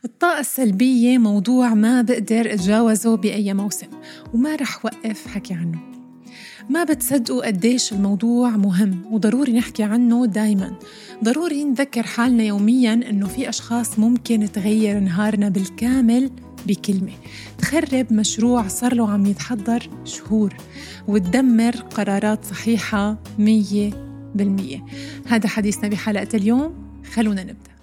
الطاقة السلبية موضوع ما بقدر أتجاوزه بأي موسم وما رح وقف حكي عنه. ما بتصدقوا قديش الموضوع مهم وضروري نحكي عنه دايماً. ضروري نذكر حالنا يومياً إنه في أشخاص ممكن تغير نهارنا بالكامل بكلمة، تخرب مشروع صار له عم يتحضر شهور وتدمر قرارات صحيحة 100%. هذا حديثنا بحلقة اليوم، خلونا نبدأ.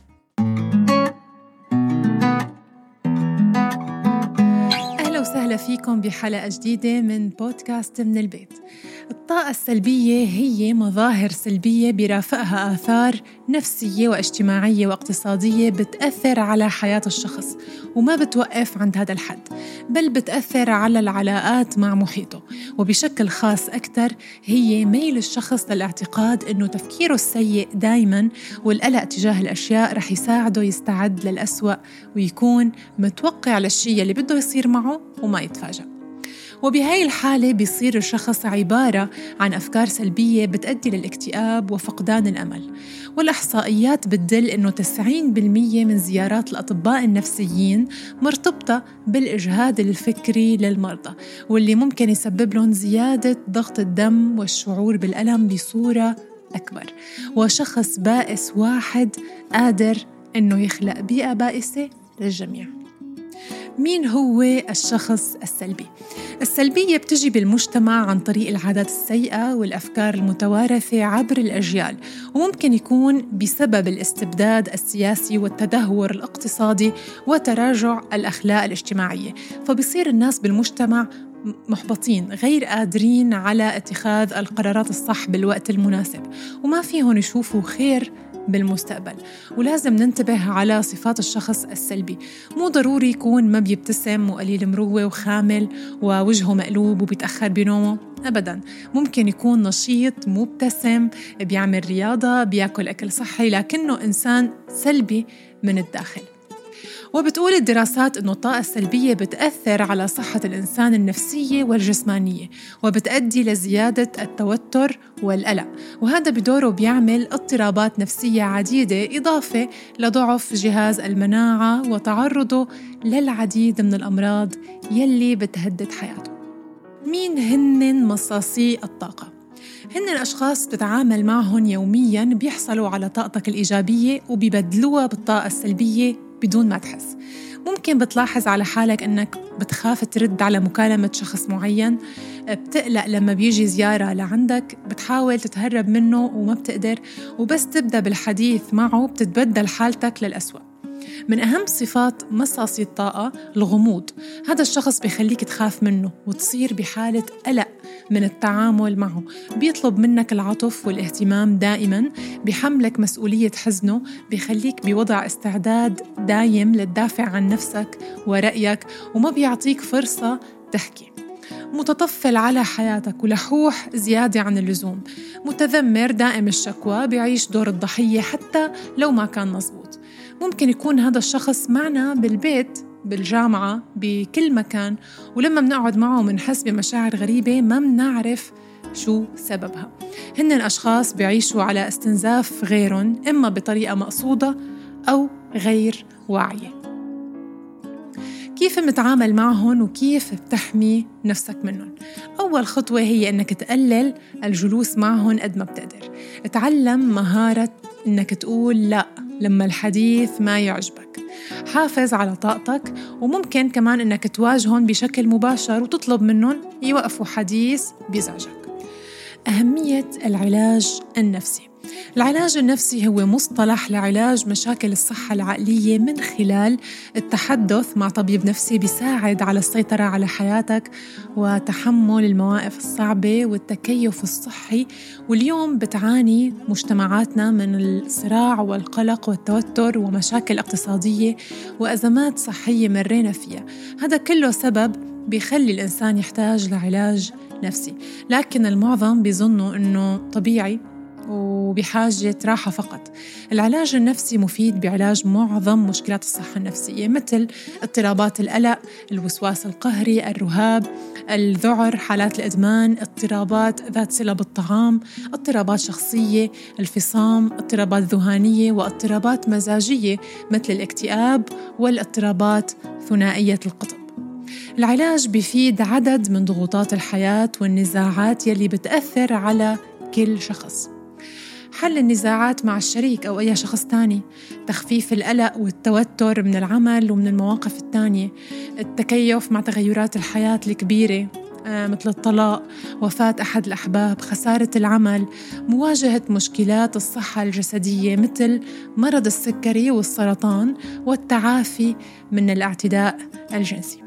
أهلا فيكم بحلقة جديدة من بودكاست من البيت. الطاقة السلبية هي مظاهر سلبية برافقها آثار نفسية واجتماعية واقتصادية بتأثر على حياة الشخص، وما بتوقف عند هذا الحد، بل بتأثر على العلاقات مع محيطه. وبشكل خاص أكثر هي ميل الشخص للاعتقاد أنه تفكيره السيء دايماً والقلق تجاه الأشياء رح يساعده يستعد للأسوأ ويكون متوقع للشيء اللي بده يصير معه وما يتفاجأ. وبهاي الحالة بيصير الشخص عبارة عن أفكار سلبية بتؤدي للاكتئاب وفقدان الأمل. والإحصائيات بتدل إنه 90% من زيارات الأطباء النفسيين مرتبطة بالإجهاد الفكري للمرضى، واللي ممكن يسبب لهم زيادة ضغط الدم والشعور بالألم بصورة أكبر. وشخص بائس واحد قادر إنه يخلق بيئة بائسة للجميع. مين هو الشخص السلبي؟ السلبية بتجي بالمجتمع عن طريق العادات السيئة والأفكار المتوارثة عبر الأجيال، وممكن يكون بسبب الاستبداد السياسي والتدهور الاقتصادي وتراجع الأخلاق الاجتماعية. فبيصير الناس بالمجتمع محبطين، غير قادرين على اتخاذ القرارات الصح بالوقت المناسب، وما فيهم يشوفوا خير بالمستقبل. ولازم ننتبه على صفات الشخص السلبي. مو ضروري يكون ما بيبتسم وقليل مروة وخامل ووجهه مقلوب وبيتأخر بنومه، أبداً. ممكن يكون نشيط مبتسم، بيعمل رياضة، بياكل أكل صحي، لكنه إنسان سلبي من الداخل. وبتقول الدراسات إنه الطاقة السلبية بتأثر على صحة الإنسان النفسية والجسمانية، وبتؤدي لزيادة التوتر والقلق، وهذا بدوره بيعمل اضطرابات نفسية عديدة، إضافة لضعف جهاز المناعة وتعرضه للعديد من الأمراض يلي بتهدد حياته. مين هن مصاصي الطاقة؟ هن الأشخاص تتعامل معهم يومياً بيحصلوا على طاقتك الإيجابية وبيبدلوها بالطاقة السلبية بدون ما تحس. ممكن بتلاحظ على حالك أنك بتخاف ترد على مكالمة شخص معين، بتقلق لما بيجي زيارة لعندك، بتحاول تتهرب منه وما بتقدر، وبس تبدأ بالحديث معه بتتبدل حالتك للأسوأ. من أهم صفات مصاصي الطاقة الغموض. هذا الشخص بيخليك تخاف منه وتصير بحالة قلق من التعامل معه، بيطلب منك العطف والاهتمام دائما، بيحملك مسؤولية حزنه، بيخليك بوضع استعداد دايم للدافع عن نفسك ورأيك، وما بيعطيك فرصة تحكي. متطفل على حياتك ولحوح زيادة عن اللزوم، متذمر، دائم الشكوى، بيعيش دور الضحية حتى لو ما كان مزبوط. ممكن يكون هذا الشخص معنا بالبيت، بالجامعة، بكل مكان، ولما بنقعد معه منحس بمشاعر غريبة ما بنعرف شو سببها. هن الأشخاص بيعيشوا على استنزاف غيرهم، إما بطريقة مقصودة أو غير واعية. كيف نتعامل معهم وكيف بتحمي نفسك منهم؟ أول خطوة هي أنك تقلل الجلوس معهم قد ما بتقدر. اتعلم مهارة أنك تقول لا لما الحديث ما يعجبك. حافظ على طاقتك، وممكن كمان أنك تواجههم بشكل مباشر وتطلب منهم يوقفوا حديث بيزعجك. أهمية العلاج النفسي. العلاج النفسي هو مصطلح لعلاج مشاكل الصحة العقلية من خلال التحدث مع طبيب نفسي، بيساعد على السيطرة على حياتك وتحمل المواقف الصعبة والتكيف الصحي. واليوم بتعاني مجتمعاتنا من الصراع والقلق والتوتر ومشاكل اقتصادية وأزمات صحية مرينا فيها. هذا كله سبب بيخلي الإنسان يحتاج لعلاج نفسي، لكن المعظم بيظنوا إنه طبيعي وبحاجة راحة فقط. العلاج النفسي مفيد بعلاج معظم مشكلات الصحة النفسية، مثل اضطرابات القلق، الوسواس القهري، الرهاب، الذعر، حالات الإدمان، اضطرابات ذات صلة بالطعام، اضطرابات شخصية، الفصام، اضطرابات ذهانية، واضطرابات مزاجية مثل الاكتئاب والاضطرابات ثنائية القطب. العلاج بيفيد عدد من ضغوطات الحياة والنزاعات يلي بتأثر على كل شخص. حل النزاعات مع الشريك أو أي شخص تاني، تخفيف القلق والتوتر من العمل ومن المواقف التانية، التكيف مع تغيرات الحياة الكبيرة مثل الطلاق، وفاة أحد الأحباب، خسارة العمل، مواجهة مشكلات الصحة الجسدية مثل مرض السكري والسرطان، والتعافي من الاعتداء الجنسي.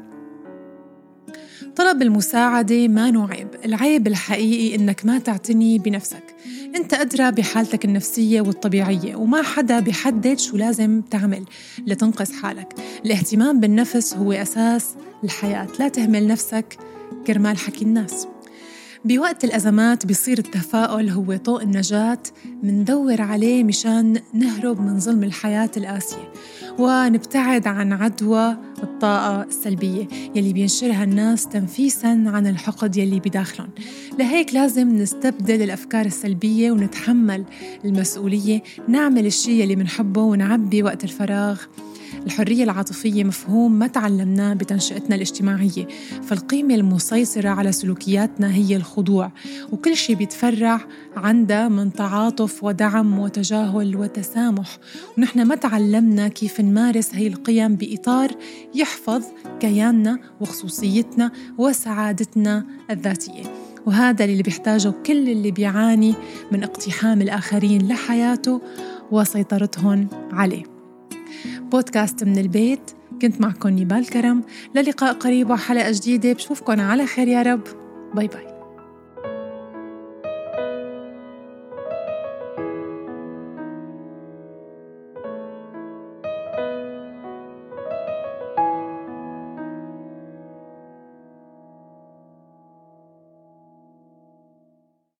طلب المساعدة ما نوع عيب، العيب الحقيقي إنك ما تعتني بنفسك. أنت أدرى بحالتك النفسية والطبيعية، وما حدا بيحدد شو لازم تعمل لتنقذ حالك. الاهتمام بالنفس هو أساس الحياة، لا تهمل نفسك كرمال حكي الناس. بوقت الأزمات بيصير التفاؤل هو طوق النجاة، مندور عليه مشان نهرب من ظلم الحياة القاسية ونبتعد عن عدوى الطاقة السلبية يلي بينشرها الناس تنفيساً عن الحقد يلي بداخلهم. لهيك لازم نستبدل الأفكار السلبية ونتحمل المسؤولية، نعمل الشيء يلي منحبه ونعبي وقت الفراغ. الحرية العاطفية مفهوم ما تعلمناه بتنشئتنا الاجتماعية، فالقيمة المسيطرة على سلوكياتنا هي الخضوع، وكل شيء بيتفرع عنده من تعاطف ودعم وتجاهل وتسامح، ونحن ما تعلمنا كيف نمارس هاي القيم بإطار يحفظ كياننا وخصوصيتنا وسعادتنا الذاتية. وهذا اللي بيحتاجه كل اللي بيعاني من اقتحام الآخرين لحياته وسيطرتهم عليه. بودكاست من البيت، كنت معكم نيبال كرم، للقاء قريب وحلقة جديدة. بشوفكن على خير يا رب. باي باي.